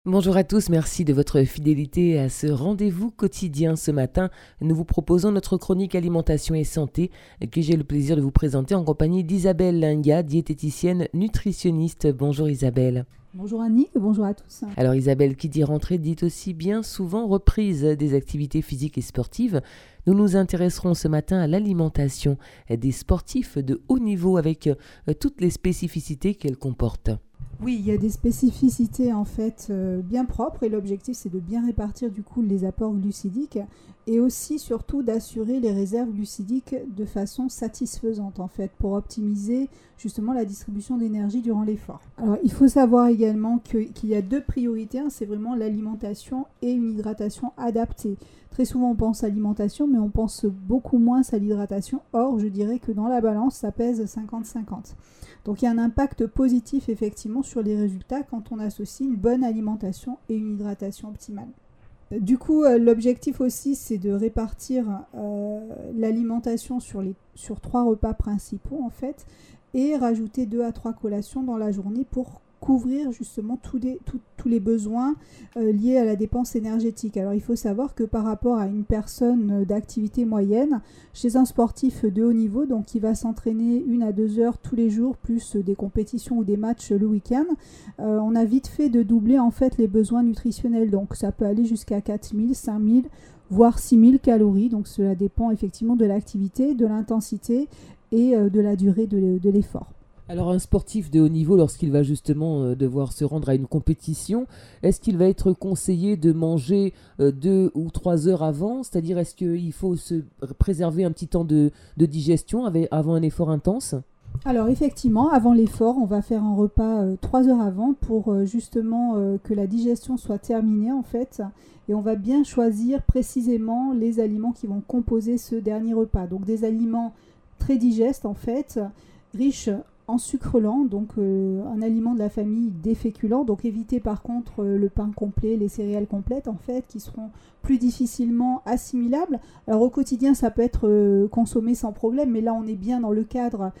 Bonjour à tous, merci de votre fidélité à ce rendez-vous quotidien. Ce matin, nous vous proposons notre chronique alimentation et santé que j'ai le plaisir de vous présenter en compagnie d'Isabelle Linga, diététicienne nutritionniste. Bonjour Isabelle. Bonjour Annick, bonjour à tous. Alors Isabelle, qui dit rentrée dit aussi bien souvent reprise des activités physiques et sportives. Nous nous intéresserons ce matin à l'alimentation des sportifs de haut niveau avec toutes les spécificités qu'elle comporte. Oui, il y a des spécificités en fait bien propres et l'objectif c'est de bien répartir du coup les apports glucidiques et aussi surtout d'assurer les réserves glucidiques de façon satisfaisante en fait pour optimiser justement la distribution d'énergie durant l'effort. Alors il faut savoir également qu'il y a deux priorités, c'est vraiment l'alimentation et une hydratation adaptée. Très souvent on pense à l'alimentation mais on pense beaucoup moins à l'hydratation. Or je dirais que dans la balance ça pèse 50-50. Donc il y a un impact positif effectivement sur les résultats quand on associe une bonne alimentation et une hydratation optimale. Du coup, l'objectif aussi, c'est de répartir l'alimentation sur 3 repas principaux en fait et rajouter 2 à 3 collations dans la journée pour couvrir justement tous les besoins liés à la dépense énergétique. Alors il faut savoir que par rapport à une personne d'activité moyenne, chez un sportif de haut niveau, donc qui va s'entraîner 1 à 2 heures tous les jours, plus des compétitions ou des matchs le week-end, on a vite fait de doubler en fait les besoins nutritionnels. Donc ça peut aller jusqu'à 4000, 5000, voire 6000 calories. Donc cela dépend effectivement de l'activité, de l'intensité et de la durée de l'effort. Alors un sportif de haut niveau, lorsqu'il va justement devoir se rendre à une compétition, est-ce qu'il va être conseillé de manger 2 ou 3 heures avant? C'est-à-dire, est-ce qu'il faut se préserver un petit temps de digestion avant un effort intense? Alors effectivement, avant l'effort, on va faire un repas 3 heures avant pour justement que la digestion soit terminée en fait. Et on va bien choisir précisément les aliments qui vont composer ce dernier repas. Donc des aliments très digestes en fait, riches en sucre lent, donc un aliment de la famille des féculents. Donc évitez par contre le pain complet, les céréales complètes en fait, qui seront plus difficilement assimilables. Alors au quotidien ça peut être consommé sans problème, mais là on est bien dans le cadre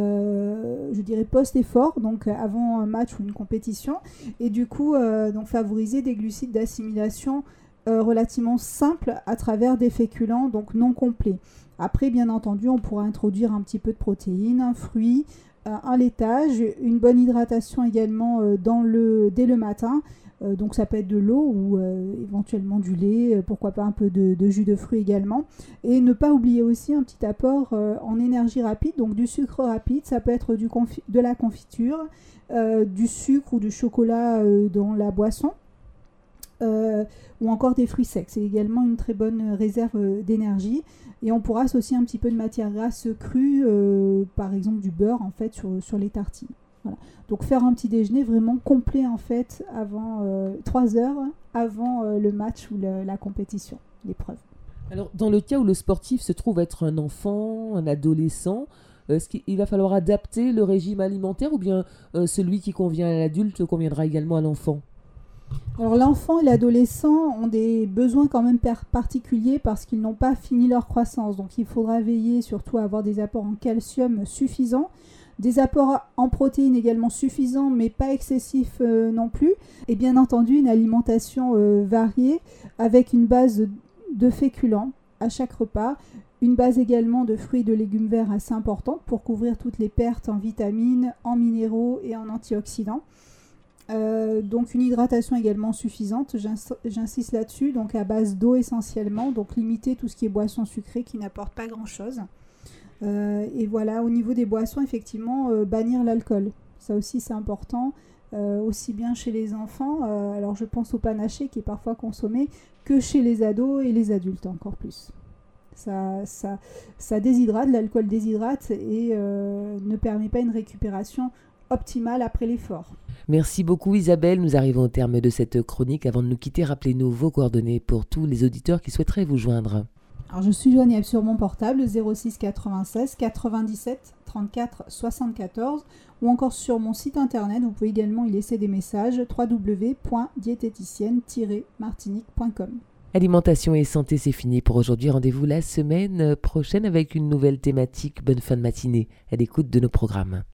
je dirais post-effort, donc avant un match ou une compétition, et du coup donc favoriser des glucides d'assimilation relativement simples à travers des féculents donc non complets. Après bien entendu on pourra introduire un petit peu de protéines, fruits, un laitage, une bonne hydratation également dès le matin. Donc ça peut être de l'eau ou éventuellement du lait, pourquoi pas un peu de jus de fruits également. Et ne pas oublier aussi un petit apport en énergie rapide, donc du sucre rapide, ça peut être de la confiture, du sucre ou du chocolat dans la boisson. Ou encore des fruits secs. C'est également une très bonne réserve d'énergie. Et on pourra associer un petit peu de matière grasse crue, par exemple du beurre en fait sur les tartines. Voilà. Donc faire un petit déjeuner vraiment complet en fait avant 3 heures avant le match ou la compétition, l'épreuve. Alors dans le cas où le sportif se trouve être un enfant, un adolescent, est-ce qu'il va falloir adapter le régime alimentaire ou bien celui qui convient à l'adulte conviendra également à l'enfant? Alors l'enfant et l'adolescent ont des besoins quand même particuliers parce qu'ils n'ont pas fini leur croissance. Donc il faudra veiller surtout à avoir des apports en calcium suffisants, des apports en protéines également suffisants mais pas excessifs non plus. Et bien entendu une alimentation variée avec une base de féculents à chaque repas. Une base également de fruits et de légumes verts assez importante pour couvrir toutes les pertes en vitamines, en minéraux et en antioxydants. Donc une hydratation également suffisante, j'insiste là-dessus, donc à base d'eau essentiellement, donc limiter tout ce qui est boissons sucrées qui n'apportent pas grand-chose. Et voilà, au niveau des boissons, effectivement, bannir l'alcool. Ça aussi c'est important, aussi bien chez les enfants, alors je pense au panaché qui est parfois consommé, que chez les ados et les adultes encore plus. Ça déshydrate, l'alcool déshydrate et ne permet pas une récupération optimale après l'effort. Merci beaucoup Isabelle, nous arrivons au terme de cette chronique. Avant de nous quitter, rappelez-nous vos coordonnées pour tous les auditeurs qui souhaiteraient vous joindre. Alors je suis joignable sur mon portable 06 96 97 34 74 ou encore sur mon site internet. Vous pouvez également y laisser des messages www.diététicienne-martinique.com. Alimentation et santé, c'est fini pour aujourd'hui. Rendez-vous la semaine prochaine avec une nouvelle thématique. Bonne fin de matinée à l'écoute de nos programmes.